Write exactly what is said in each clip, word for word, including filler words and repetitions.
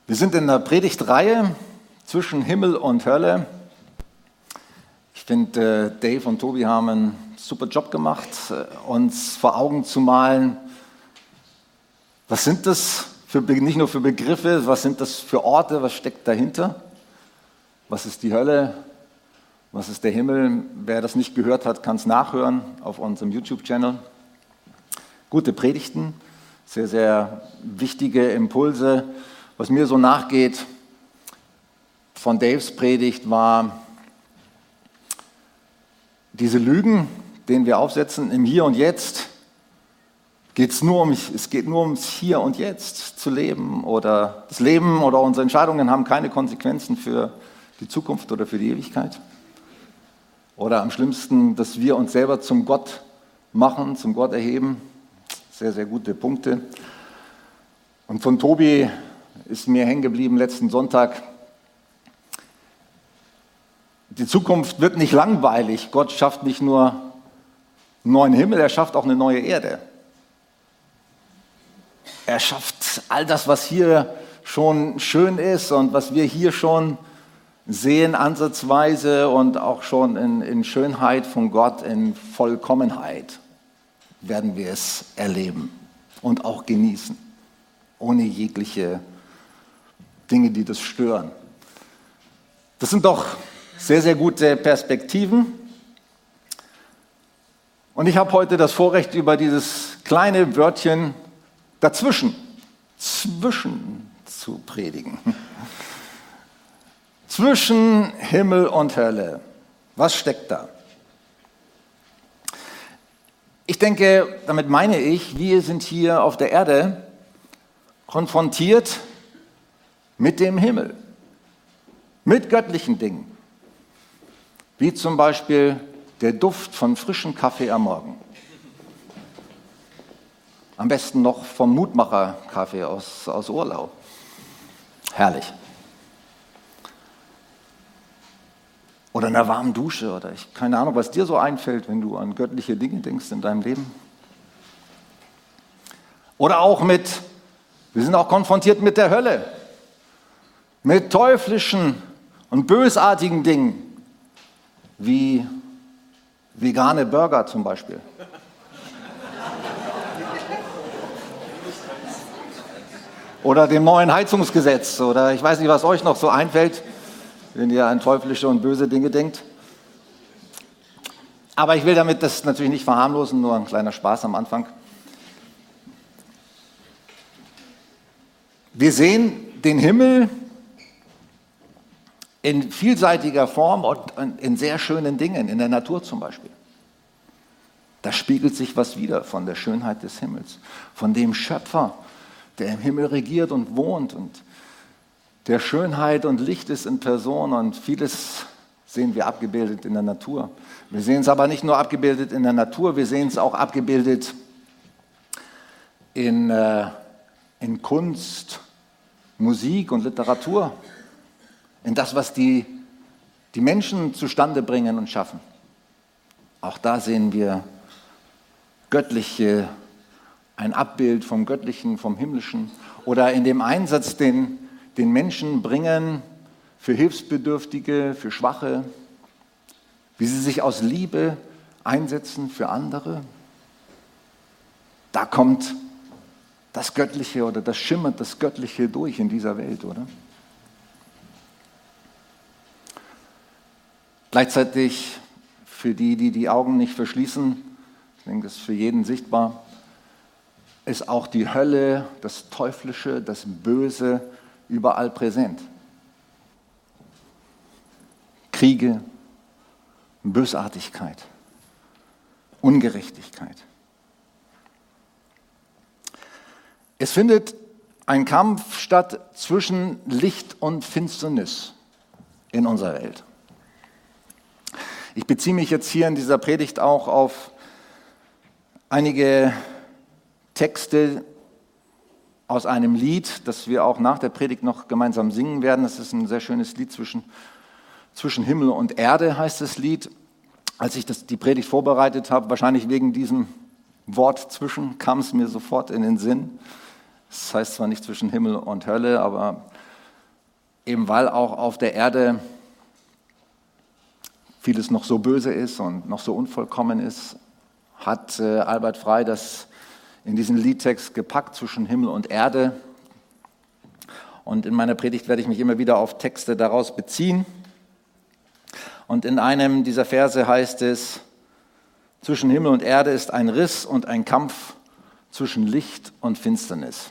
Wir sind in der Predigtreihe zwischen Himmel und Hölle. Ich finde, Dave und Tobi haben einen super Job gemacht, uns vor Augen zu malen, was sind das für, nicht nur für Begriffe, was sind das für Orte, was steckt dahinter? Was ist die Hölle? Was ist der Himmel? Wer das nicht gehört hat, kann es nachhören auf unserem YouTube-Channel. Gute Predigten, sehr, sehr wichtige Impulse. Was mir so nachgeht von Daves Predigt war diese Lügen, denen wir aufsetzen, im Hier und Jetzt geht's nur um, es geht nur ums Hier und Jetzt zu leben, oder das Leben oder unsere Entscheidungen haben keine Konsequenzen für die Zukunft oder für die Ewigkeit. Oder am schlimmsten, dass wir uns selber zum Gott machen, zum Gott erheben. Sehr, sehr gute Punkte. Und von Tobi ist mir hängen geblieben letzten Sonntag: Die Zukunft wird nicht langweilig. Gott schafft nicht nur einen neuen Himmel, er schafft auch eine neue Erde. Er schafft all das, was hier schon schön ist und was wir hier schon sehen, ansatzweise, und auch schon in, in Schönheit von Gott, in Vollkommenheit werden wir es erleben und auch genießen, ohne jegliche Dinge, die das stören. Das sind doch sehr, sehr gute Perspektiven. Und ich habe heute das Vorrecht, über dieses kleine Wörtchen dazwischen, zwischen zu predigen. Zwischen Himmel und Hölle. Was steckt da? Ich denke, damit meine ich, wir sind hier auf der Erde konfrontiert mit dem Himmel, mit göttlichen Dingen, wie zum Beispiel der Duft von frischem Kaffee am Morgen. Am besten noch vom Mutmacher-Kaffee aus, aus Urlaub. Herrlich. Oder einer warmen Dusche, oder ich keine Ahnung, was dir so einfällt, wenn du an göttliche Dinge denkst in deinem Leben. Oder auch mit, wir sind auch konfrontiert mit der Hölle, mit teuflischen und bösartigen Dingen, wie vegane Burger zum Beispiel. Oder dem neuen Heizungsgesetz, oder ich weiß nicht, was euch noch so einfällt, wenn ihr an teuflische und böse Dinge denkt. Aber ich will damit das natürlich nicht verharmlosen, nur ein kleiner Spaß am Anfang. Wir sehen den Himmel in vielseitiger Form und in sehr schönen Dingen, in der Natur zum Beispiel. Da spiegelt sich was wider von der Schönheit des Himmels, von dem Schöpfer, der im Himmel regiert und wohnt und der Schönheit und Licht ist in Person, und vieles sehen wir abgebildet in der Natur. Wir sehen es aber nicht nur abgebildet in der Natur, wir sehen es auch abgebildet in, äh, in Kunst, Musik und Literatur, in das, was die, die Menschen zustande bringen und schaffen. Auch da sehen wir göttliche, ein Abbild vom Göttlichen, vom Himmlischen, oder in dem Einsatz, den, den Menschen bringen für Hilfsbedürftige, für Schwache, wie sie sich aus Liebe einsetzen für andere. Da kommt das Göttliche, oder das schimmert das Göttliche durch in dieser Welt, oder? Gleichzeitig, für die, die die Augen nicht verschließen, ich denke, das ist für jeden sichtbar, ist auch die Hölle, das Teuflische, das Böse überall präsent. Kriege, Bösartigkeit, Ungerechtigkeit. Es findet ein Kampf statt zwischen Licht und Finsternis in unserer Welt. Ich beziehe mich jetzt hier in dieser Predigt auch auf einige Texte aus einem Lied, das wir auch nach der Predigt noch gemeinsam singen werden. Das ist ein sehr schönes Lied, zwischen, zwischen Himmel und Erde heißt das Lied. Als ich das, die Predigt vorbereitet habe, wahrscheinlich wegen diesem Wort zwischen, kam es mir sofort in den Sinn. Es heißt zwar nicht zwischen Himmel und Hölle, aber eben weil auch auf der Erde vieles noch so böse ist und noch so unvollkommen ist, hat äh, Albert Frey das in diesen Liedtext gepackt zwischen Himmel und Erde. Und in meiner Predigt werde ich mich immer wieder auf Texte daraus beziehen. Und in einem dieser Verse heißt es, zwischen Himmel und Erde ist ein Riss und ein Kampf zwischen Licht und Finsternis.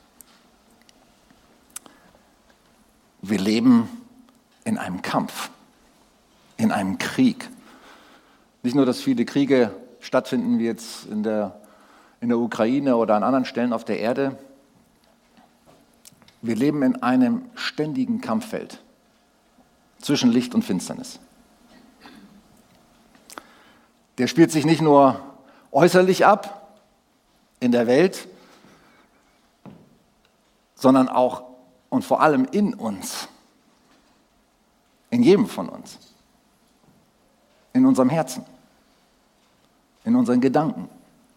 Wir leben in einem Kampf, in einem Krieg. Nicht nur, dass viele Kriege stattfinden, wie jetzt in der, in der Ukraine oder an anderen Stellen auf der Erde. Wir leben in einem ständigen Kampffeld zwischen Licht und Finsternis. Der spielt sich nicht nur äußerlich ab in der Welt, sondern auch und vor allem in uns, in jedem von uns, in unserem Herzen, in unseren Gedanken.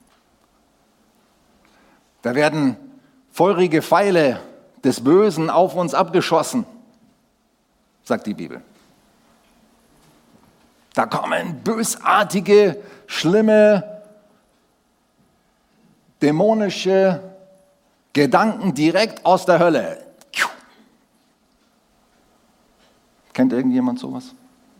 Da werden feurige Pfeile des Bösen auf uns abgeschossen, sagt die Bibel. Da kommen bösartige, schlimme, dämonische Gedanken direkt aus der Hölle. Kennt irgendjemand sowas?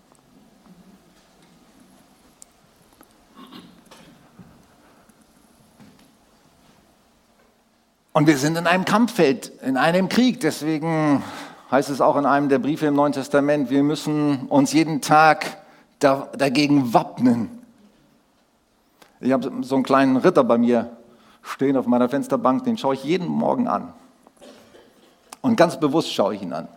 Und wir sind in einem Kampffeld, in einem Krieg. Deswegen heißt es auch in einem der Briefe im Neuen Testament, wir müssen uns jeden Tag da, dagegen wappnen. Ich habe so einen kleinen Ritter bei mir stehen auf meiner Fensterbank, den schaue ich jeden Morgen an. Und ganz bewusst schaue ich ihn an.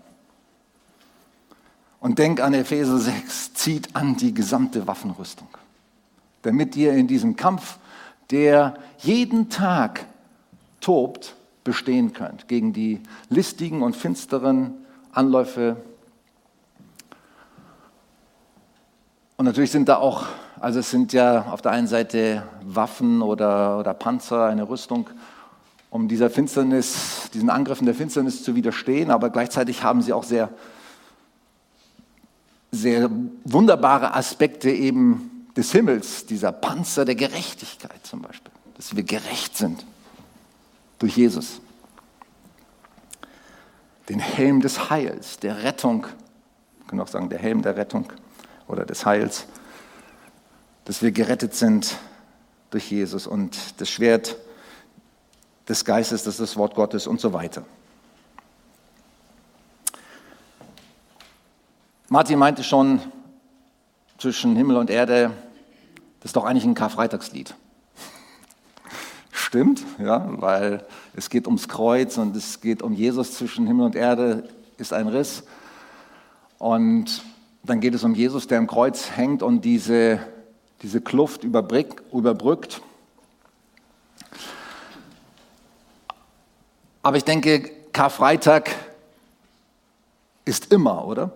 Und denk an Epheser sechs, zieht an die gesamte Waffenrüstung, damit ihr in diesem Kampf, der jeden Tag tobt, bestehen könnt gegen die listigen und finsteren Anläufe. Und natürlich sind da auch, also es sind ja auf der einen Seite Waffen oder, oder Panzer, eine Rüstung, um dieser Finsternis, diesen Angriffen der Finsternis zu widerstehen, aber gleichzeitig haben sie auch sehr, sehr wunderbare Aspekte eben des Himmels, dieser Panzer der Gerechtigkeit zum Beispiel, dass wir gerecht sind durch Jesus. Den Helm des Heils, der Rettung, wir können auch sagen, der Helm der Rettung oder des Heils, dass wir gerettet sind durch Jesus und das Schwert des Geistes, das ist das Wort Gottes und so weiter. Martin meinte schon, zwischen Himmel und Erde, das ist doch eigentlich ein Karfreitagslied. Stimmt, ja, weil es geht ums Kreuz und es geht um Jesus. Zwischen Himmel und Erde ist ein Riss. Und dann geht es um Jesus, der am Kreuz hängt und diese, diese Kluft überbrückt. Aber ich denke, Karfreitag ist immer, oder?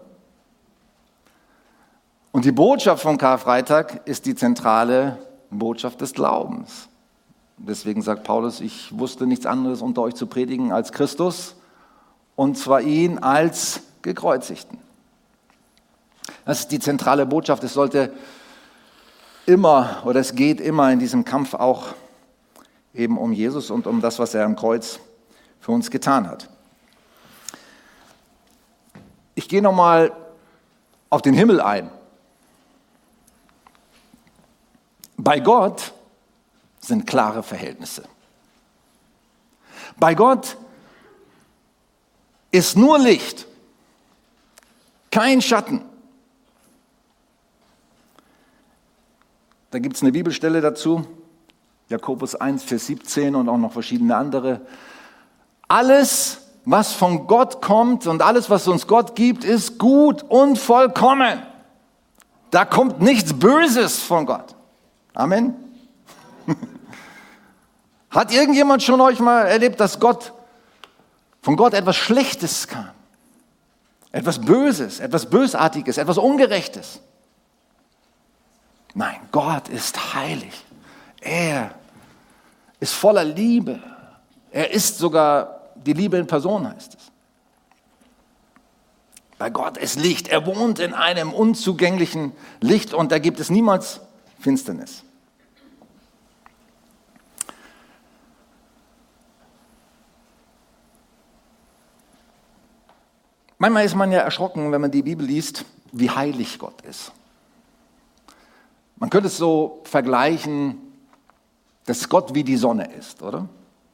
Und die Botschaft von Karfreitag ist die zentrale Botschaft des Glaubens. Deswegen sagt Paulus, ich wusste nichts anderes unter euch zu predigen als Christus, und zwar ihn als Gekreuzigten. Das ist die zentrale Botschaft. Es sollte immer, oder es geht immer in diesem Kampf auch eben um Jesus und um das, was er am Kreuz für uns getan hat. Ich gehe nochmal auf den Himmel ein. Bei Gott sind klare Verhältnisse. Bei Gott ist nur Licht, kein Schatten. Da gibt es eine Bibelstelle dazu, Jakobus eins, Vers siebzehn und auch noch verschiedene andere. Alles, was von Gott kommt und alles, was uns Gott gibt, ist gut und vollkommen. Da kommt nichts Böses von Gott. Amen. Hat irgendjemand schon euch mal erlebt, dass Gott, von Gott etwas Schlechtes kam? Etwas Böses, etwas Bösartiges, etwas Ungerechtes? Nein, Gott ist heilig. Er ist voller Liebe. Er ist sogar die Liebe in Person, heißt es. Bei Gott ist Licht. Er wohnt in einem unzugänglichen Licht und da gibt es niemals Finsternis. Manchmal ist man ja erschrocken, wenn man die Bibel liest, wie heilig Gott ist. Man könnte es so vergleichen, dass Gott wie die Sonne ist, oder?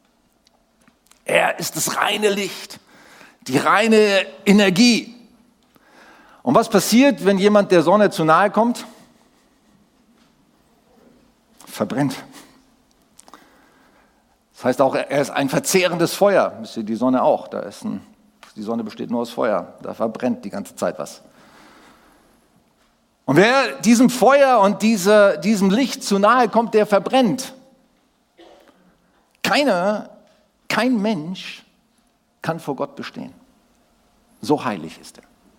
Er ist das reine Licht, die reine Energie. Und was passiert, wenn jemand der Sonne zu nahe kommt? Verbrennt. Das heißt auch, er ist ein verzehrendes Feuer. Wisst ihr, die Sonne auch. Da ist ein, die Sonne besteht nur aus Feuer. Da verbrennt die ganze Zeit was. Und wer diesem Feuer und diese, diesem Licht zu nahe kommt, der verbrennt. Keiner, kein Mensch kann vor Gott bestehen. So heilig ist er.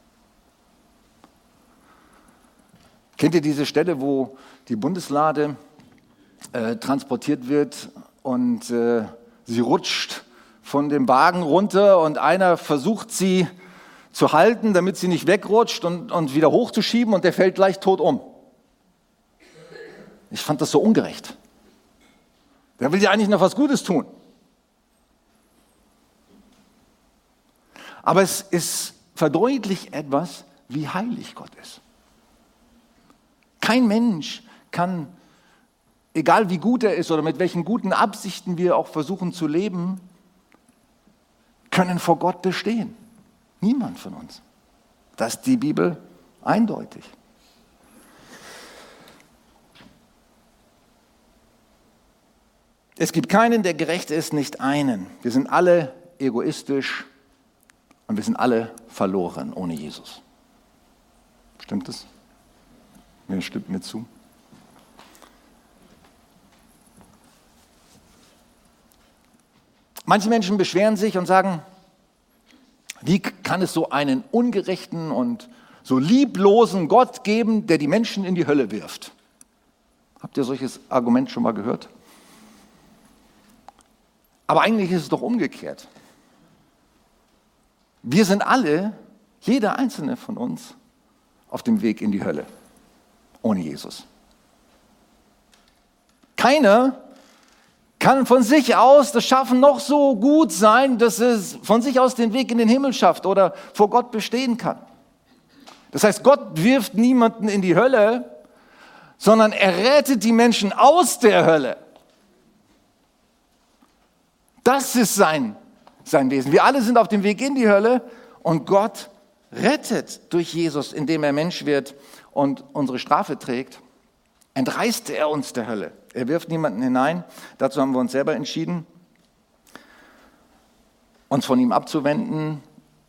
Kennt ihr diese Stelle, wo die Bundeslade äh, transportiert wird und äh, sie rutscht von dem Wagen runter und einer versucht sie zu halten, damit sie nicht wegrutscht und, und wieder hochzuschieben und der fällt gleich tot um. Ich fand das so ungerecht. Der will ja eigentlich noch was Gutes tun. Aber es ist verdeutlicht etwas, wie heilig Gott ist. Kein Mensch kann, egal wie gut er ist oder mit welchen guten Absichten wir auch versuchen zu leben, können vor Gott bestehen. Niemand von uns. Das ist die Bibel eindeutig. Es gibt keinen, der gerecht ist, nicht einen. Wir sind alle egoistisch und wir sind alle verloren ohne Jesus. Stimmt das? Wer stimmt mir zu? Manche Menschen beschweren sich und sagen, wie kann es so einen ungerechten und so lieblosen Gott geben, der die Menschen in die Hölle wirft? Habt ihr solches Argument schon mal gehört? Aber eigentlich ist es doch umgekehrt. Wir sind alle, jeder einzelne von uns, auf dem Weg in die Hölle, ohne Jesus. Keiner kann von sich aus das Schaffen noch so gut sein, dass es von sich aus den Weg in den Himmel schafft oder vor Gott bestehen kann. Das heißt, Gott wirft niemanden in die Hölle, sondern er rettet die Menschen aus der Hölle. Das ist sein, sein Wesen. Wir alle sind auf dem Weg in die Hölle und Gott rettet durch Jesus, indem er Mensch wird und unsere Strafe trägt, entreißt er uns der Hölle. Er wirft niemanden hinein. Dazu haben wir uns selber entschieden, uns von ihm abzuwenden.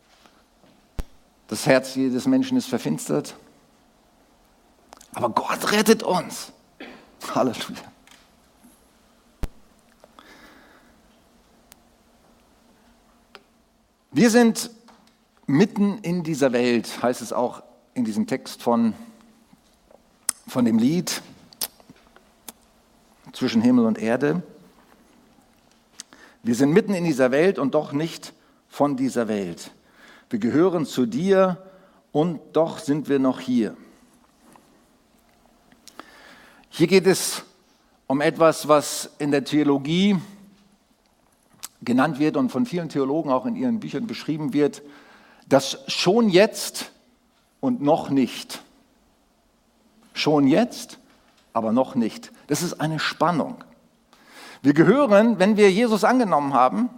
Das Herz jedes Menschen ist verfinstert. Aber Gott rettet uns. Halleluja. Wir sind mitten in dieser Welt, heißt es auch in diesem Text von, von dem Lied zwischen Himmel und Erde. Wir sind mitten in dieser Welt und doch nicht von dieser Welt. Wir gehören zu dir und doch sind wir noch hier. Hier geht es um etwas, was in der Theologie genannt wird und von vielen Theologen auch in ihren Büchern beschrieben wird, das schon jetzt und noch nicht. Schon jetzt, aber noch nicht. Das ist eine Spannung. Wir gehören, wenn wir Jesus angenommen haben,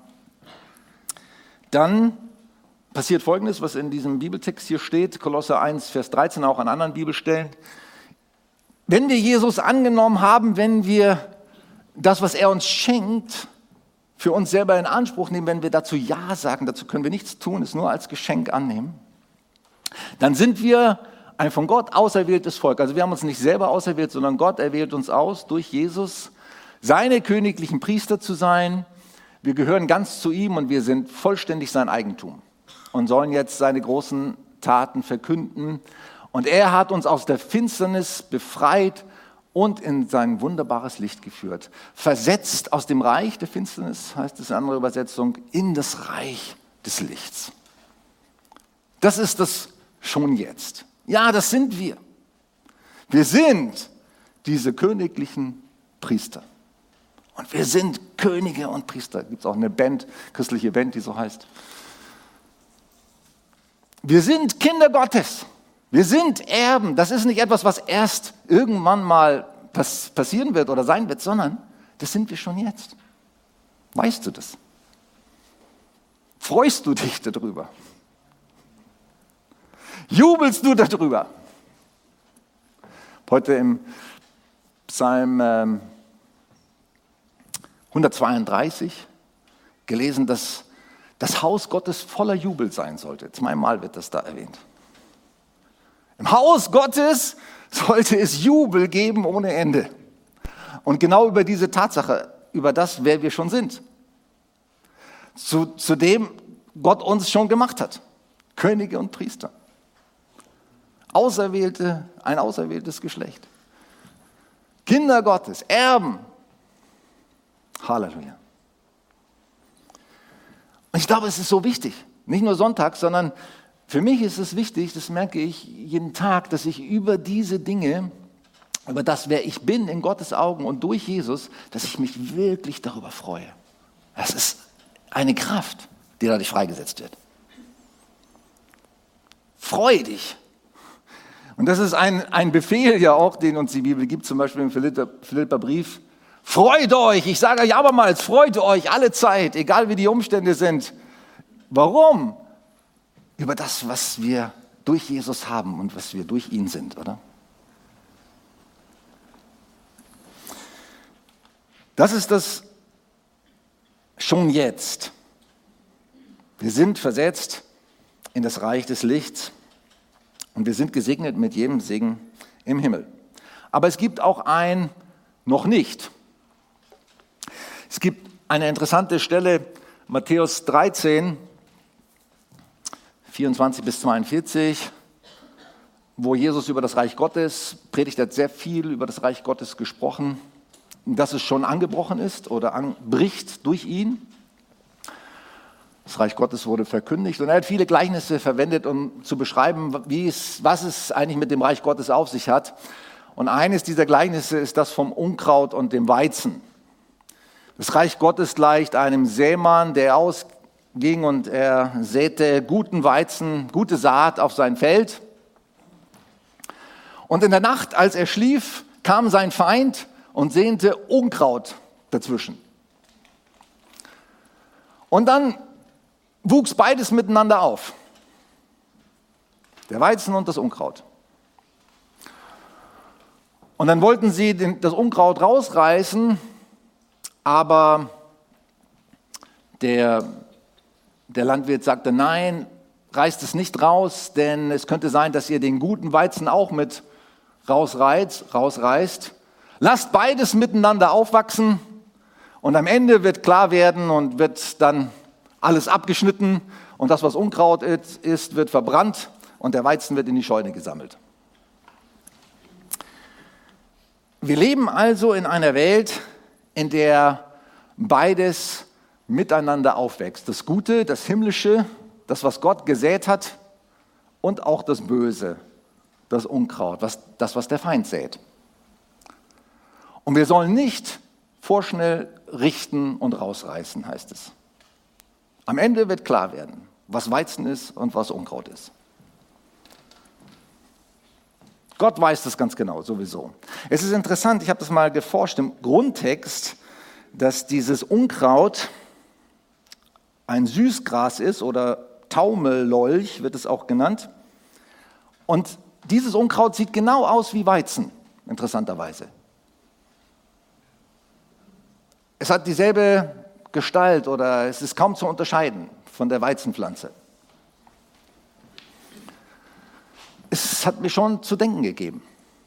dann passiert Folgendes, was in diesem Bibeltext hier steht, Kolosser eins, Vers dreizehn, auch an anderen Bibelstellen. Wenn wir Jesus angenommen haben, wenn wir das, was er uns schenkt, für uns selber in Anspruch nehmen, wenn wir dazu Ja sagen, dazu können wir nichts tun, es nur als Geschenk annehmen, dann sind wir ein von Gott auserwähltes Volk. Also wir haben uns nicht selber auserwählt, sondern Gott erwählt uns aus, durch Jesus seine königlichen Priester zu sein. Wir gehören ganz zu ihm und wir sind vollständig sein Eigentum und sollen jetzt seine großen Taten verkünden. Und er hat uns aus der Finsternis befreit und in sein wunderbares Licht geführt. Versetzt aus dem Reich der Finsternis, heißt es in anderer Übersetzung, in das Reich des Lichts. Das ist das schon jetzt. Ja, das sind wir. Wir sind diese königlichen Priester. Und wir sind Könige und Priester. Gibt es auch eine Band, christliche Band, die so heißt. Wir sind Kinder Gottes. Wir sind Erben. Das ist nicht etwas, was erst irgendwann mal pass- passieren wird oder sein wird, sondern das sind wir schon jetzt. Weißt du das? Freust du dich darüber? Jubelst du darüber? Heute im Psalm ähm, hundertzweiunddreißig gelesen, dass das Haus Gottes voller Jubel sein sollte. Zweimal wird das da erwähnt. Im Haus Gottes sollte es Jubel geben ohne Ende. Und genau über diese Tatsache, über das, wer wir schon sind. Zu, zu dem Gott uns schon gemacht hat. Könige und Priester. Auserwählte, ein auserwähltes Geschlecht. Kinder Gottes, Erben. Halleluja. Und ich glaube, es ist so wichtig. Nicht nur Sonntag, sondern für mich ist es wichtig, das merke ich jeden Tag, dass ich über diese Dinge, über das, wer ich bin in Gottes Augen und durch Jesus, dass ich mich wirklich darüber freue. Das ist eine Kraft, die dadurch freigesetzt wird. Freu dich. Und das ist ein, ein Befehl ja auch, den uns die Bibel gibt, zum Beispiel im Philipper, Philipper Brief. Freut euch, ich sage euch abermals, freut euch alle Zeit, egal wie die Umstände sind. Warum? Über das, was wir durch Jesus haben und was wir durch ihn sind, oder? Das ist das schon jetzt. Wir sind versetzt in das Reich des Lichts und wir sind gesegnet mit jedem Segen im Himmel. Aber es gibt auch ein noch nicht. Es gibt eine interessante Stelle, Matthäus dreizehn, vierundzwanzig bis zweiundvierzig, wo Jesus über das Reich Gottes predigt, hat sehr viel über das Reich Gottes gesprochen, dass es schon angebrochen ist oder anbricht durch ihn. Das Reich Gottes wurde verkündigt und er hat viele Gleichnisse verwendet, um zu beschreiben, wie es, was es eigentlich mit dem Reich Gottes auf sich hat. Und eines dieser Gleichnisse ist das vom Unkraut und dem Weizen. Das Reich Gottes gleicht einem Sämann, der ausging und er säte guten Weizen, gute Saat auf sein Feld. Und in der Nacht, als er schlief, kam sein Feind und säte Unkraut dazwischen. Und dann wuchs beides miteinander auf. Der Weizen und das Unkraut. Und dann wollten sie das Unkraut rausreißen, aber der, der Landwirt sagte, nein, reißt es nicht raus, denn es könnte sein, dass ihr den guten Weizen auch mit rausreißt, rausreißt. Lasst beides miteinander aufwachsen und am Ende wird klar werden und wird dann alles abgeschnitten und das, was Unkraut ist, wird verbrannt und der Weizen wird in die Scheune gesammelt. Wir leben also in einer Welt, in der beides miteinander aufwächst. Das Gute, das Himmlische, das, was Gott gesät hat und auch das Böse, das Unkraut, was, das, was der Feind sät. Und wir sollen nicht vorschnell richten und rausreißen, heißt es. Am Ende wird klar werden, was Weizen ist und was Unkraut ist. Gott weiß das ganz genau, sowieso. Es ist interessant, ich habe das mal geforscht im Grundtext, dass dieses Unkraut ein Süßgras ist oder Taumellolch wird es auch genannt. Und dieses Unkraut sieht genau aus wie Weizen, interessanterweise. Es hat dieselbe Gestalt oder es ist kaum zu unterscheiden von der Weizenpflanze. Es hat mir schon zu denken gegeben.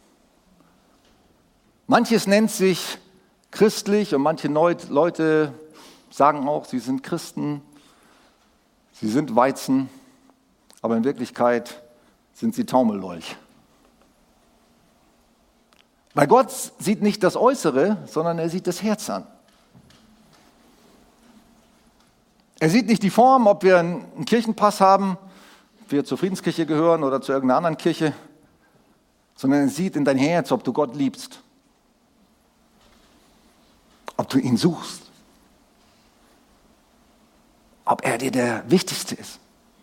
Manches nennt sich christlich und manche Leute sagen auch, sie sind Christen, sie sind Weizen, aber in Wirklichkeit sind sie Taumellolch. Weil Gott sieht nicht das Äußere, sondern er sieht das Herz an. Er sieht nicht die Form, ob wir einen Kirchenpass haben, wir zur Friedenskirche gehören oder zu irgendeiner anderen Kirche, sondern er sieht in dein Herz, ob du Gott liebst, ob du ihn suchst, ob er dir der Wichtigste ist,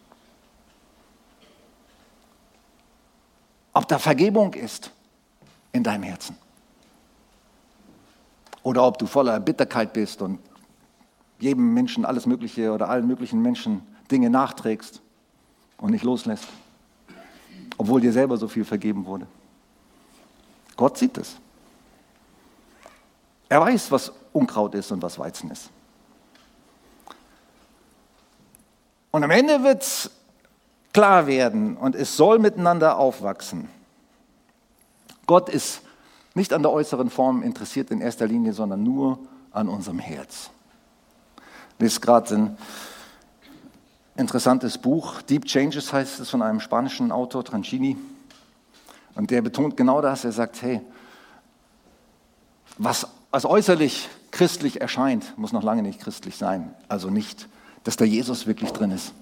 ob da Vergebung ist in deinem Herzen oder ob du voller Bitterkeit bist und jedem Menschen alles Mögliche oder allen möglichen Menschen Dinge nachträgst und nicht loslässt, obwohl dir selber so viel vergeben wurde. Gott sieht es. Er weiß, was Unkraut ist und was Weizen ist. Und am Ende wird es klar werden und es soll miteinander aufwachsen. Gott ist nicht an der äußeren Form interessiert in erster Linie, sondern nur an unserem Herz. Das ist gerade ein interessantes Buch, Deep Changes heißt es, von einem spanischen Autor, Tranchini. Und der betont genau das, er sagt, hey, was als äußerlich christlich erscheint, muss noch lange nicht christlich sein. Also nicht, dass da Jesus wirklich drin ist.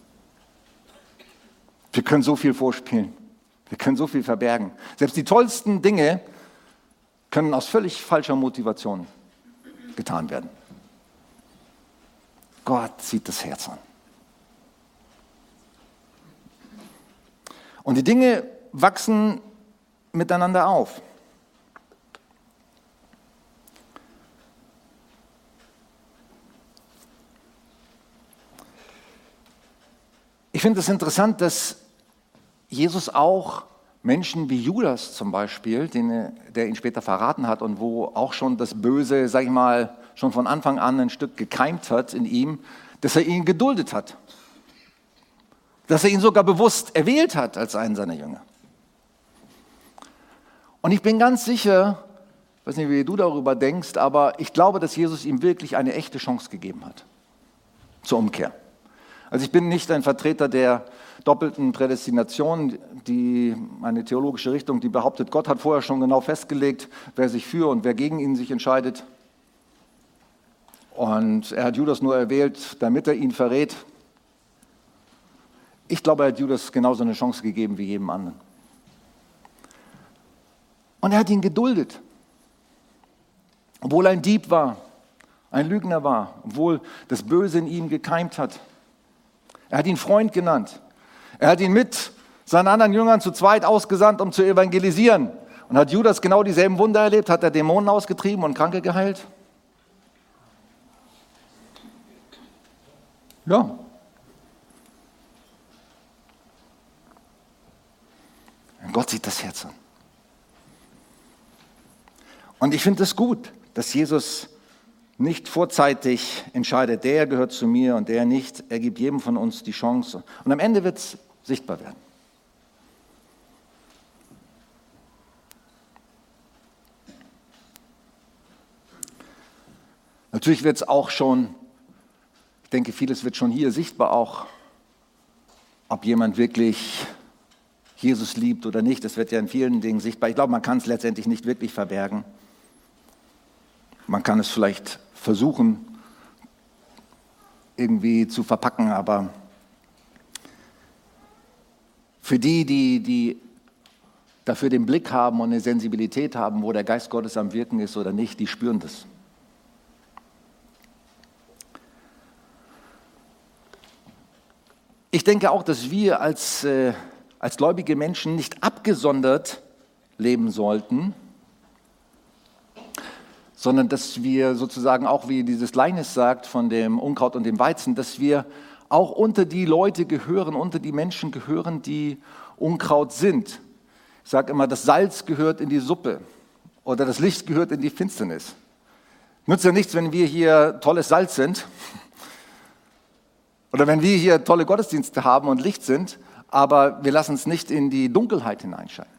Wir können so viel vorspielen, wir können so viel verbergen. Selbst die tollsten Dinge können aus völlig falscher Motivation getan werden. Gott sieht das Herz an. Und die Dinge wachsen miteinander auf. Ich finde es interessant, dass Jesus auch Menschen wie Judas zum Beispiel, den, der ihn später verraten hat und wo auch schon das Böse, sag ich mal, schon von Anfang an ein Stück gekeimt hat in ihm, dass er ihn geduldet hat. Dass er ihn sogar bewusst erwählt hat als einen seiner Jünger. Und ich bin ganz sicher, ich weiß nicht, wie du darüber denkst, aber ich glaube, dass Jesus ihm wirklich eine echte Chance gegeben hat zur Umkehr. Also ich bin nicht ein Vertreter der doppelten Prädestination, die eine theologische Richtung, die behauptet, Gott hat vorher schon genau festgelegt, wer sich für und wer gegen ihn sich entscheidet. Und er hat Judas nur erwählt, damit er ihn verrät. Ich glaube, er hat Judas genauso eine Chance gegeben wie jedem anderen. Und er hat ihn geduldet. Obwohl er ein Dieb war, ein Lügner war, obwohl das Böse in ihm gekeimt hat. Er hat ihn Freund genannt. Er hat ihn mit seinen anderen Jüngern zu zweit ausgesandt, um zu evangelisieren. Und hat Judas genau dieselben Wunder erlebt? Hat er Dämonen ausgetrieben und Kranke geheilt? Ja. Gott sieht das Herz an. Und ich finde es gut, dass Jesus nicht vorzeitig entscheidet, der gehört zu mir und der nicht. Er gibt jedem von uns die Chance. Und am Ende wird es sichtbar werden. Natürlich wird es auch schon, ich denke, vieles wird schon hier sichtbar, auch ob jemand wirklich Jesus liebt oder nicht. Das wird ja in vielen Dingen sichtbar. Ich glaube, man kann es letztendlich nicht wirklich verbergen. Man kann es vielleicht versuchen, irgendwie zu verpacken, aber für die, die, die dafür den Blick haben und eine Sensibilität haben, wo der Geist Gottes am Wirken ist oder nicht, die spüren das. Ich denke auch, dass wir als, äh, als gläubige Menschen nicht abgesondert leben sollten, sondern dass wir sozusagen auch, wie dieses Gleichnis sagt, von dem Unkraut und dem Weizen, dass wir auch unter die Leute gehören, unter die Menschen gehören, die Unkraut sind. Ich sage immer, das Salz gehört in die Suppe oder das Licht gehört in die Finsternis. Nützt ja nichts, wenn wir hier tolles Salz sind oder wenn wir hier tolle Gottesdienste haben und Licht sind, aber wir lassen es nicht in die Dunkelheit hineinscheinen.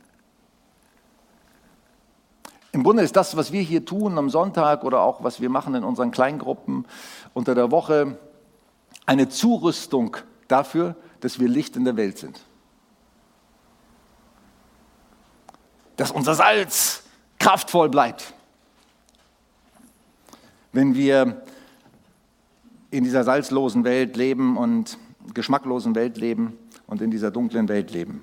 Im Grunde ist das, was wir hier tun am Sonntag oder auch was wir machen in unseren Kleingruppen unter der Woche, eine Zurüstung dafür, dass wir Licht in der Welt sind. Dass unser Salz kraftvoll bleibt. Wenn wir in dieser salzlosen Welt leben und geschmacklosen Welt leben, und in dieser dunklen Welt leben.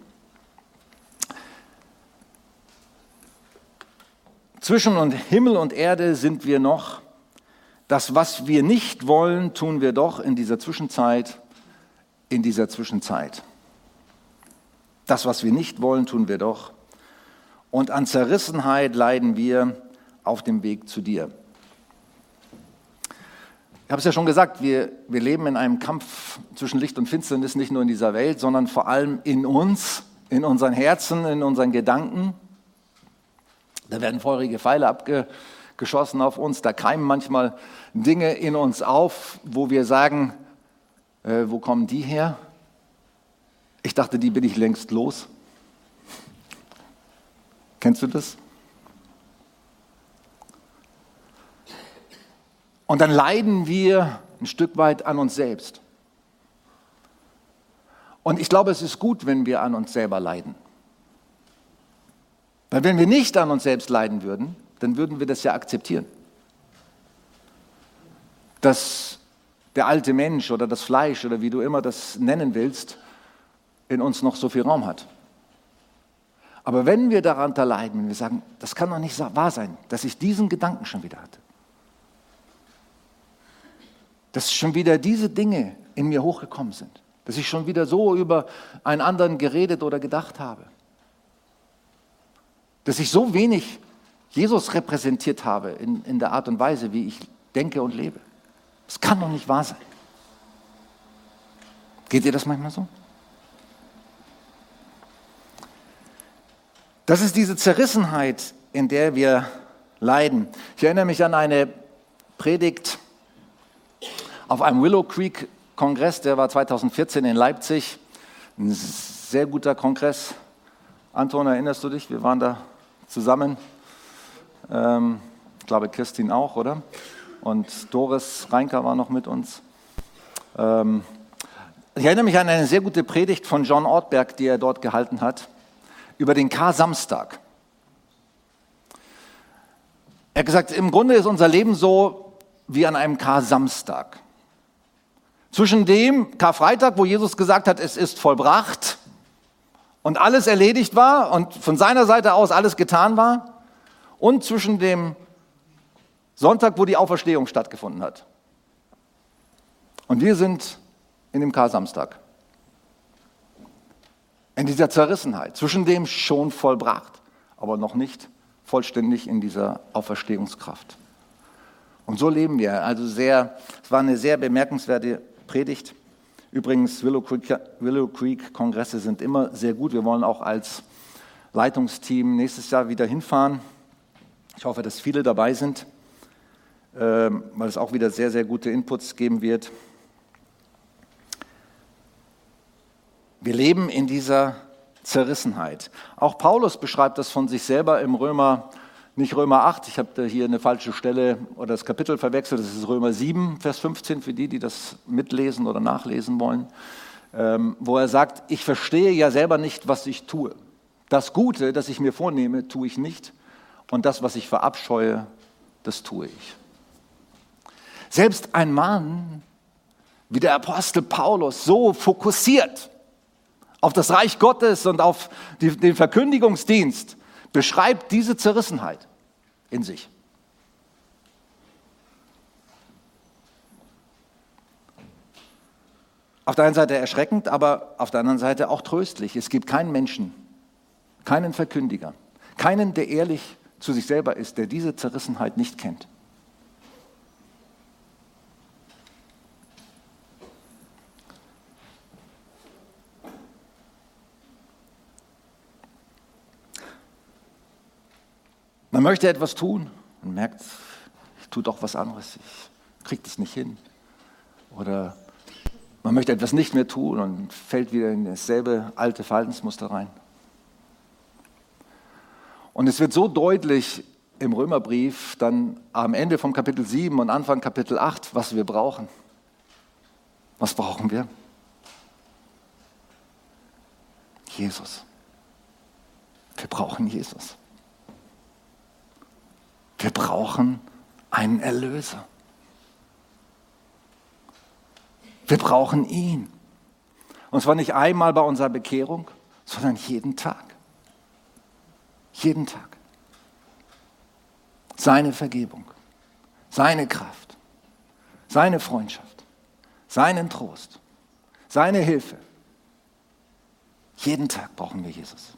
Zwischen und Himmel und Erde sind wir noch. Das, was wir nicht wollen, tun wir doch in dieser Zwischenzeit, in dieser Zwischenzeit. Das, was wir nicht wollen, tun wir doch. Und an Zerrissenheit leiden wir auf dem Weg zu dir. Ich habe es ja schon gesagt, wir, wir leben in einem Kampf zwischen Licht und Finsternis, nicht nur in dieser Welt, sondern vor allem in uns, in unseren Herzen, in unseren Gedanken. Da werden feurige Pfeile abgeschossen auf uns, da keimen manchmal Dinge in uns auf, wo wir sagen, äh, wo kommen die her? Ich dachte, die bin ich längst los. Kennst du das? Und dann leiden wir ein Stück weit an uns selbst. Und ich glaube, es ist gut, wenn wir an uns selber leiden. Weil wenn wir nicht an uns selbst leiden würden, dann würden wir das ja akzeptieren. Dass der alte Mensch oder das Fleisch oder wie du immer das nennen willst, in uns noch so viel Raum hat. Aber wenn wir darunter leiden, wenn wir sagen, das kann doch nicht wahr sein, dass ich diesen Gedanken schon wieder hatte, dass schon wieder diese Dinge in mir hochgekommen sind, dass ich schon wieder so über einen anderen geredet oder gedacht habe, dass ich so wenig Jesus repräsentiert habe in, in der Art und Weise, wie ich denke und lebe. Das kann doch nicht wahr sein. Geht dir das manchmal so? Das ist diese Zerrissenheit, in der wir leiden. Ich erinnere mich an eine Predigt auf einem Willow Creek Kongress, der war zweitausendvierzehn in Leipzig. Ein sehr guter Kongress. Anton, erinnerst du dich? Wir waren da zusammen. Ähm, ich glaube, Kirstin auch, oder? Und Doris Reinker war noch mit uns. Ähm, ich erinnere mich an eine sehr gute Predigt von John Ortberg, die er dort gehalten hat, über den Kar-Samstag. Er hat gesagt, im Grunde ist unser Leben so wie an einem Kar-Samstag. Zwischen dem Karfreitag, wo Jesus gesagt hat, es ist vollbracht und alles erledigt war und von seiner Seite aus alles getan war, und zwischen dem Sonntag, wo die Auferstehung stattgefunden hat. Und wir sind in dem Kar-Samstag. In dieser Zerrissenheit, zwischen dem schon vollbracht, aber noch nicht vollständig in dieser Auferstehungskraft. Und so leben wir. Also sehr, es war eine sehr bemerkenswerte Predigt. Übrigens, Willow Creek, Willow Creek Kongresse sind immer sehr gut. Wir wollen auch als Leitungsteam nächstes Jahr wieder hinfahren. Ich hoffe, dass viele dabei sind, weil es auch wieder sehr, sehr gute Inputs geben wird. Wir leben in dieser Zerrissenheit. Auch Paulus beschreibt das von sich selber im Römer, nicht Römer acht, ich habe hier eine falsche Stelle oder das Kapitel verwechselt, das ist Römer sieben, Vers fünfzehn, für die, die das mitlesen oder nachlesen wollen, wo er sagt, ich verstehe ja selber nicht, was ich tue. Das Gute, das ich mir vornehme, tue ich nicht, und das, was ich verabscheue, das tue ich. Selbst ein Mann wie der Apostel Paulus, so fokussiert auf das Reich Gottes und auf die, den Verkündigungsdienst, beschreibt diese Zerrissenheit in sich. Auf der einen Seite erschreckend, aber auf der anderen Seite auch tröstlich. Es gibt keinen Menschen, keinen Verkündiger, keinen, der ehrlich zu sich selber ist, der diese Zerrissenheit nicht kennt. Man möchte etwas tun und merkt, ich tue doch was anderes, ich kriege das nicht hin. Oder man möchte etwas nicht mehr tun und fällt wieder in dasselbe alte Verhaltensmuster rein. Und es wird so deutlich im Römerbrief, dann am Ende vom Kapitel sieben und Anfang Kapitel acht, was wir brauchen. Was brauchen wir? Jesus. Wir brauchen Jesus. Wir brauchen einen Erlöser. Wir brauchen ihn. Und zwar nicht einmal bei unserer Bekehrung, sondern jeden Tag. Jeden Tag. Seine Vergebung, seine Kraft, seine Freundschaft, seinen Trost, seine Hilfe. Jeden Tag brauchen wir Jesus.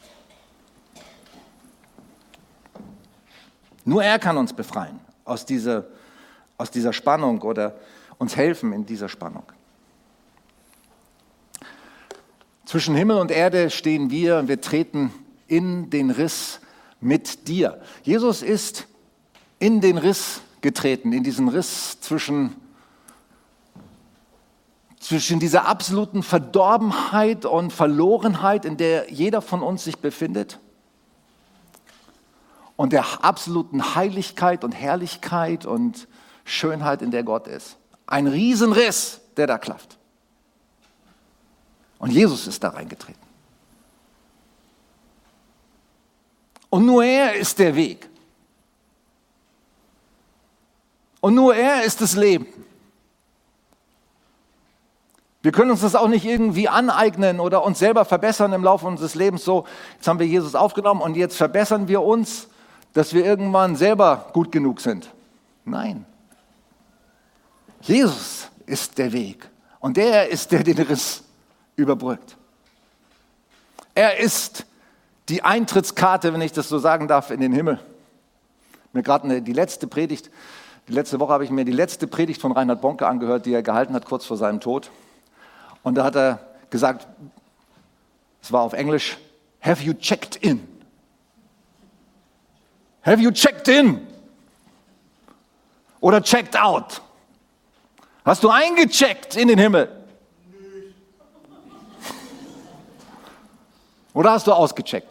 Nur er kann uns befreien aus dieser, aus dieser Spannung oder uns helfen in dieser Spannung. Zwischen Himmel und Erde stehen wir und wir treten in den Riss mit dir. Jesus ist in den Riss getreten, in diesen Riss zwischen, zwischen dieser absoluten Verdorbenheit und Verlorenheit, in der jeder von uns sich befindet, und der absoluten Heiligkeit und Herrlichkeit und Schönheit, in der Gott ist. Ein Riesenriss, der da klafft. Und Jesus ist da reingetreten. Und nur er ist der Weg. Und nur er ist das Leben. Wir können uns das auch nicht irgendwie aneignen oder uns selber verbessern im Laufe unseres Lebens. So, jetzt haben wir Jesus aufgenommen und jetzt verbessern wir uns, dass wir irgendwann selber gut genug sind. Nein. Jesus ist der Weg. Und er ist der, der den Riss überbrückt. Er ist die Eintrittskarte, wenn ich das so sagen darf, in den Himmel. Mir gerade die letzte Predigt, die letzte Woche habe ich mir die letzte Predigt von Reinhard Bonke angehört, die er gehalten hat kurz vor seinem Tod. Und da hat er gesagt, es war auf Englisch, have you checked in? Have you checked in? Oder checked out? Hast du eingecheckt in den Himmel? Oder hast du ausgecheckt?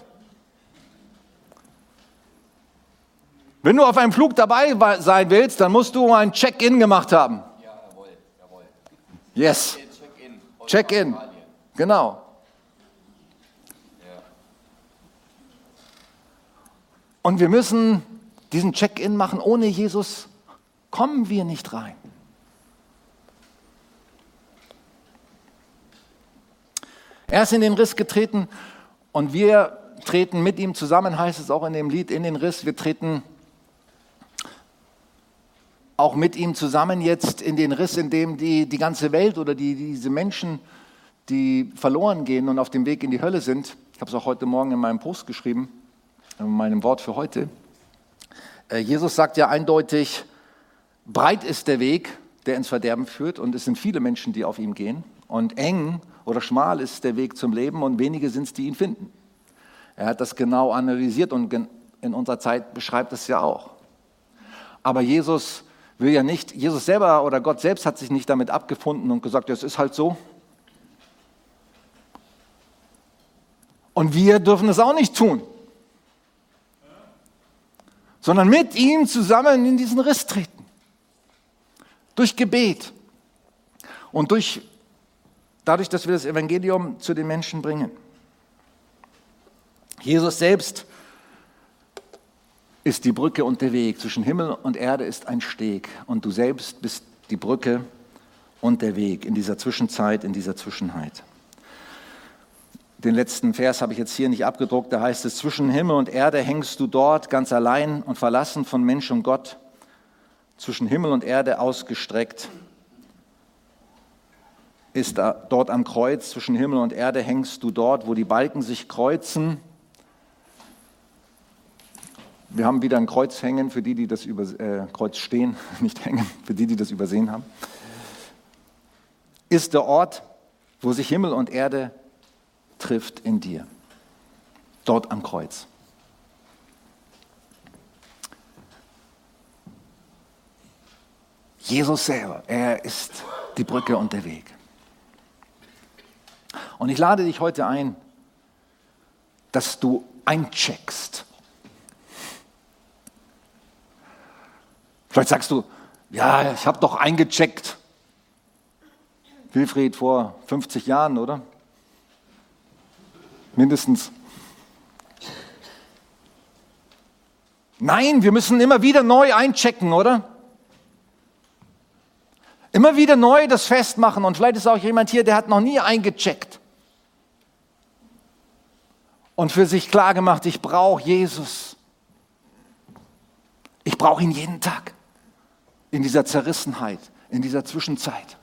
Wenn du auf einem Flug dabei sein willst, dann musst du ein Check-in gemacht haben. Ja, jawohl, jawohl. Yes. Check-in. Check-in. Genau. Ja. Und wir müssen diesen Check-in machen. Ohne Jesus kommen wir nicht rein. Er ist in den Riss getreten und wir treten mit ihm zusammen, heißt es auch in dem Lied, in den Riss. Wir treten auch mit ihm zusammen jetzt in den Riss, in dem die, die ganze Welt oder die, diese Menschen, die verloren gehen und auf dem Weg in die Hölle sind. Ich habe es auch heute Morgen in meinem Post geschrieben, in meinem Wort für heute. Jesus sagt ja eindeutig, breit ist der Weg, der ins Verderben führt, und es sind viele Menschen, die auf ihm gehen. Und eng oder schmal ist der Weg zum Leben und wenige sind es, die ihn finden. Er hat das genau analysiert und in unserer Zeit beschreibt es ja auch. Aber Jesus will ja nicht, Jesus selber oder Gott selbst hat sich nicht damit abgefunden und gesagt, es ist halt so. Und wir dürfen es auch nicht tun, sondern mit ihm zusammen in diesen Riss treten. Durch Gebet und durch, dadurch, dass wir das Evangelium zu den Menschen bringen. Jesus selbst ist die Brücke und der Weg. Zwischen Himmel und Erde ist ein Steg. Und du selbst bist die Brücke und der Weg in dieser Zwischenzeit, in dieser Zwischenheit. Den letzten Vers habe ich jetzt hier nicht abgedruckt. Da heißt es, zwischen Himmel und Erde hängst du dort ganz allein und verlassen von Mensch und Gott. Zwischen Himmel und Erde ausgestreckt ist da, dort am Kreuz. Zwischen Himmel und Erde hängst du dort, wo die Balken sich kreuzen. Wir haben wieder ein Kreuz hängen, für die, die das über, äh, Kreuz stehen, nicht hängen, für die, die das übersehen haben. Ist der Ort, wo sich Himmel und Erde trifft in dir. Dort am Kreuz. Jesus selber, er ist die Brücke und der Weg. Und ich lade dich heute ein, dass du eincheckst. Vielleicht sagst du, ja, ich habe doch eingecheckt. Wilfried vor fünfzig Jahren, oder? Mindestens. Nein, wir müssen immer wieder neu einchecken, oder? Immer wieder neu das festmachen und vielleicht ist auch jemand hier, der hat noch nie eingecheckt und für sich klar gemacht, ich brauche Jesus. Ich brauche ihn jeden Tag in dieser Zerrissenheit, in dieser Zwischenzeit.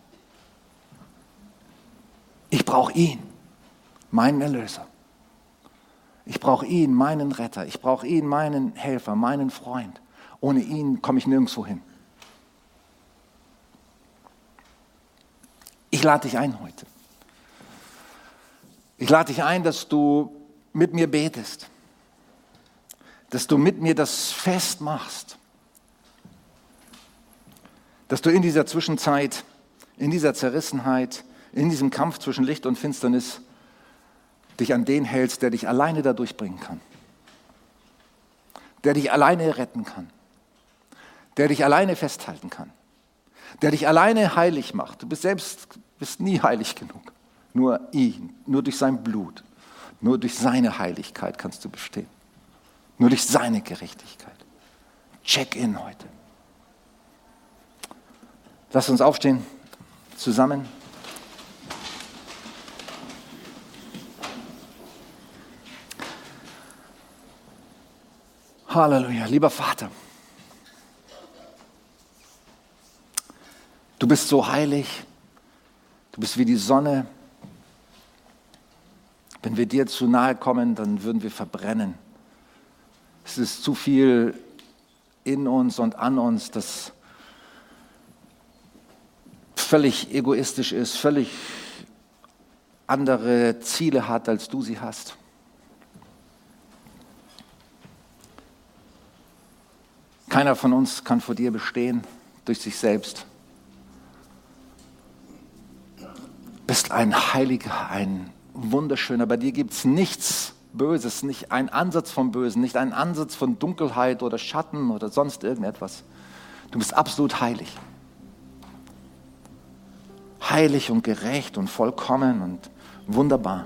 Ich brauche ihn, meinen Erlöser. Ich brauche ihn, meinen Retter. Ich brauche ihn, meinen Helfer, meinen Freund. Ohne ihn komme ich nirgendwo hin. Ich lade dich ein heute. Ich lade dich ein, dass du mit mir betest. Dass du mit mir das festmachst. Dass du in dieser Zwischenzeit, in dieser Zerrissenheit, in diesem Kampf zwischen Licht und Finsternis dich an den hältst, der dich alleine da durchbringen kann. Der dich alleine retten kann. Der dich alleine festhalten kann. Der dich alleine heilig macht. Du bist selbst bist nie heilig genug. Nur ihn, nur durch sein Blut, nur durch seine Heiligkeit kannst du bestehen. Nur durch seine Gerechtigkeit. Check in heute. Lass uns aufstehen, zusammen. Halleluja, lieber Vater. Du bist so heilig, du bist wie die Sonne. Wenn wir dir zu nahe kommen, dann würden wir verbrennen. Es ist zu viel in uns und an uns, das völlig egoistisch ist, völlig andere Ziele hat, als du sie hast. Keiner von uns kann vor dir bestehen durch sich selbst. Du bist ein Heiliger, ein Wunderschöner. Bei dir gibt es nichts Böses, nicht einen Ansatz vom Bösen, nicht einen Ansatz von Dunkelheit oder Schatten oder sonst irgendetwas. Du bist absolut heilig. Heilig und gerecht und vollkommen und wunderbar.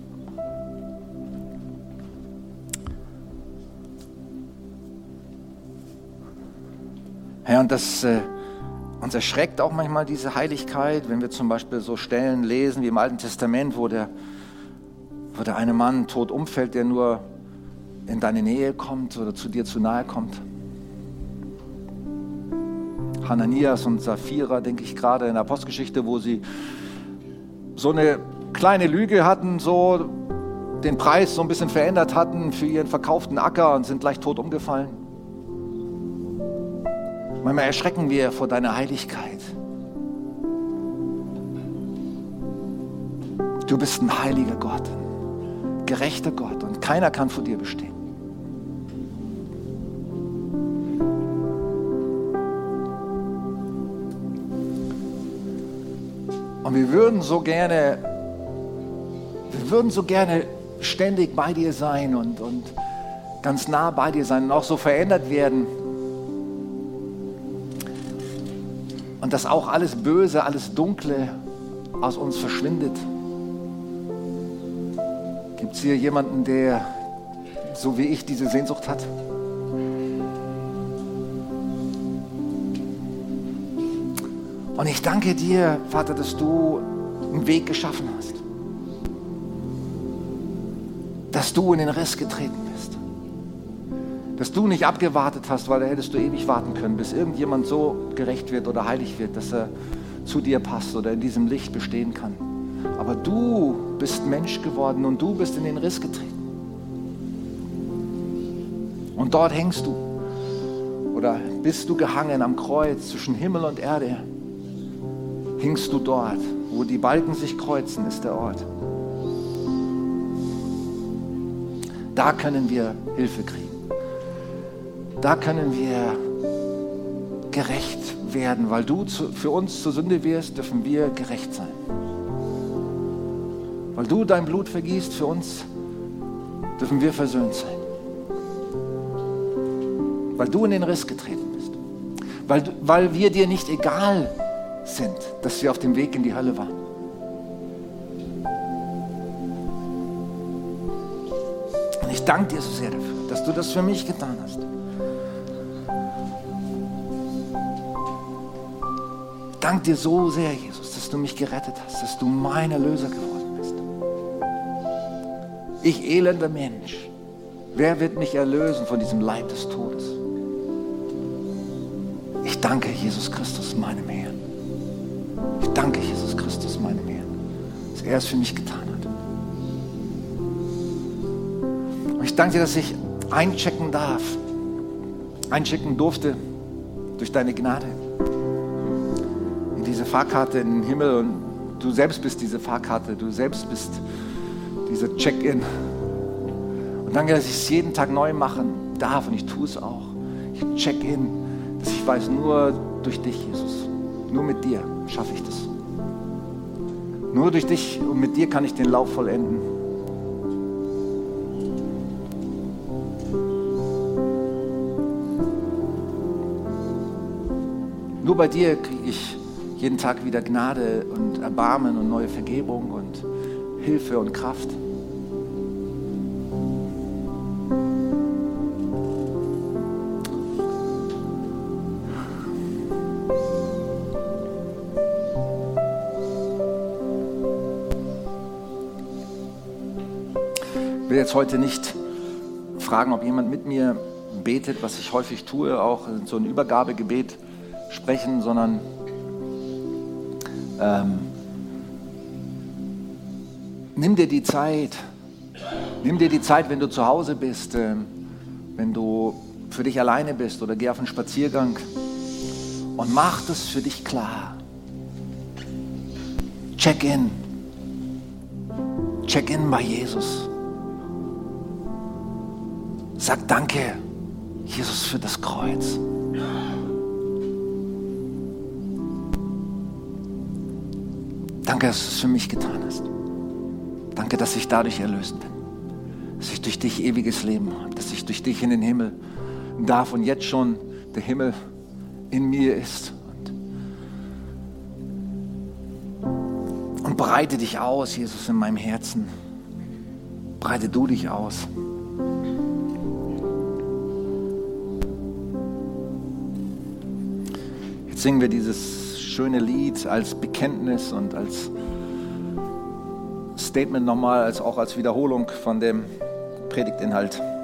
Herr, und das äh, uns erschreckt auch manchmal diese Heiligkeit, wenn wir zum Beispiel so Stellen lesen wie im Alten Testament, wo der, wo der eine Mann tot umfällt, der nur in deine Nähe kommt oder zu dir zu nahe kommt. Hananias und Sapphira, denke ich gerade in der Apostelgeschichte, wo sie so eine kleine Lüge hatten, so den Preis so ein bisschen verändert hatten für ihren verkauften Acker und sind gleich tot umgefallen. Manchmal erschrecken wir vor deiner Heiligkeit. Du bist ein heiliger Gott, ein gerechter Gott und keiner kann vor dir bestehen. Und wir würden so gerne, wir würden so gerne ständig bei dir sein und, und ganz nah bei dir sein und auch so verändert werden. Und dass auch alles Böse, alles Dunkle aus uns verschwindet. Gibt es hier jemanden, der so wie ich diese Sehnsucht hat? Und ich danke dir, Vater, dass du einen Weg geschaffen hast. Dass du in den Riss getreten bist. Dass du nicht abgewartet hast, weil da hättest du ewig warten können, bis irgendjemand so gerecht wird oder heilig wird, dass er zu dir passt oder in diesem Licht bestehen kann. Aber du bist Mensch geworden und du bist in den Riss getreten. Und dort hängst du oder bist du gehangen am Kreuz zwischen Himmel und Erde. Hingst du dort, wo die Balken sich kreuzen, ist der Ort. Da können wir Hilfe kriegen. Da können wir gerecht werden, weil du zu, für uns zur Sünde wirst, dürfen wir gerecht sein. Weil du dein Blut vergießt für uns, dürfen wir versöhnt sein. Weil du in den Riss getreten bist. Weil, weil wir dir nicht egal sind, dass wir auf dem Weg in die Hölle waren. Und ich danke dir so sehr dafür, dass du das für mich getan hast. danke dir so sehr, Jesus, dass du mich gerettet hast, dass du mein Erlöser geworden bist. Ich elender Mensch, wer wird mich erlösen von diesem Leib des Todes? Ich danke Jesus Christus, meinem Herrn. Ich danke Jesus Christus, meinem Herrn, dass er es für mich getan hat. Und ich danke dir, dass ich einchecken darf, einchecken durfte durch deine Gnade in diese Fahrkarte in den Himmel. Und du selbst bist diese Fahrkarte, du selbst bist dieser Check-in. Und danke, dass ich es jeden Tag neu machen darf und ich tue es auch. Ich check in, dass ich weiß, nur durch dich, Jesus, nur mit dir schaffe ich das. Nur durch dich und mit dir kann ich den Lauf vollenden. Nur bei dir kriege ich jeden Tag wieder Gnade und Erbarmen und neue Vergebung und Hilfe und Kraft. Ich will jetzt heute nicht fragen, ob jemand mit mir betet, was ich häufig tue, auch in so ein Übergabegebet sprechen, sondern ähm, nimm dir die Zeit, nimm dir die Zeit, wenn du zu Hause bist, äh, wenn du für dich alleine bist oder geh auf einen Spaziergang und mach das für dich klar. Check in. Check in bei Jesus. Sag Danke, Jesus, für das Kreuz. Danke, dass du es für mich getan hast. Danke, dass ich dadurch erlöst bin. Dass ich durch dich ewiges Leben habe. Dass ich durch dich in den Himmel darf und jetzt schon der Himmel in mir ist. Und, und breite dich aus, Jesus, in meinem Herzen. Breite du dich aus. Jetzt singen wir dieses schöne Lied als Bekenntnis und als Statement nochmal, als auch als Wiederholung von dem Predigtinhalt.